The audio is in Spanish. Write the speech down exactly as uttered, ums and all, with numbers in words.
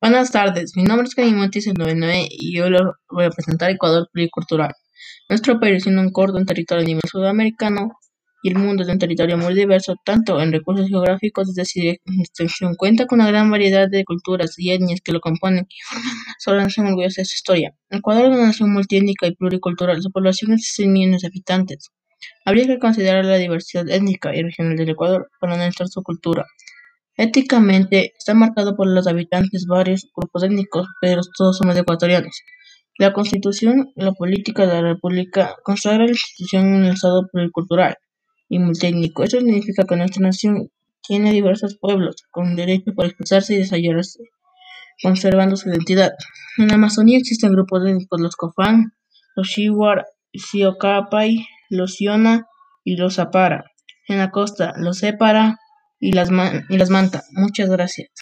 Buenas tardes, mi nombre es Montes noventa y nueve y yo lo voy a presentar Ecuador Pluricultural. Nuestro país, siendo un corto en territorio a nivel sudamericano y el mundo es un territorio muy diverso, tanto en recursos geográficos, es decir, en extensión, cuenta con una gran variedad de culturas y etnias que lo componen y forman una sola nación orgullosa de su historia. Ecuador es una nación multiétnica y pluricultural, su población es de seis millones de habitantes. Habría que considerar la diversidad étnica y regional del Ecuador para analizar su cultura. Étnicamente, está marcado por los habitantes varios grupos étnicos, pero todos somos ecuatorianos. La Constitución, la política de la República consagra la institución en el Estado pluricultural y multiétnico. Eso significa que nuestra nación tiene diversos pueblos con derecho por expresarse y desarrollarse, conservando su identidad. En la Amazonía existen grupos étnicos: los Cofán, los Shiwar, Siocapay, los Siona y los Zapara. En la costa, los Sépara y las, man- y las Manta. Muchas gracias.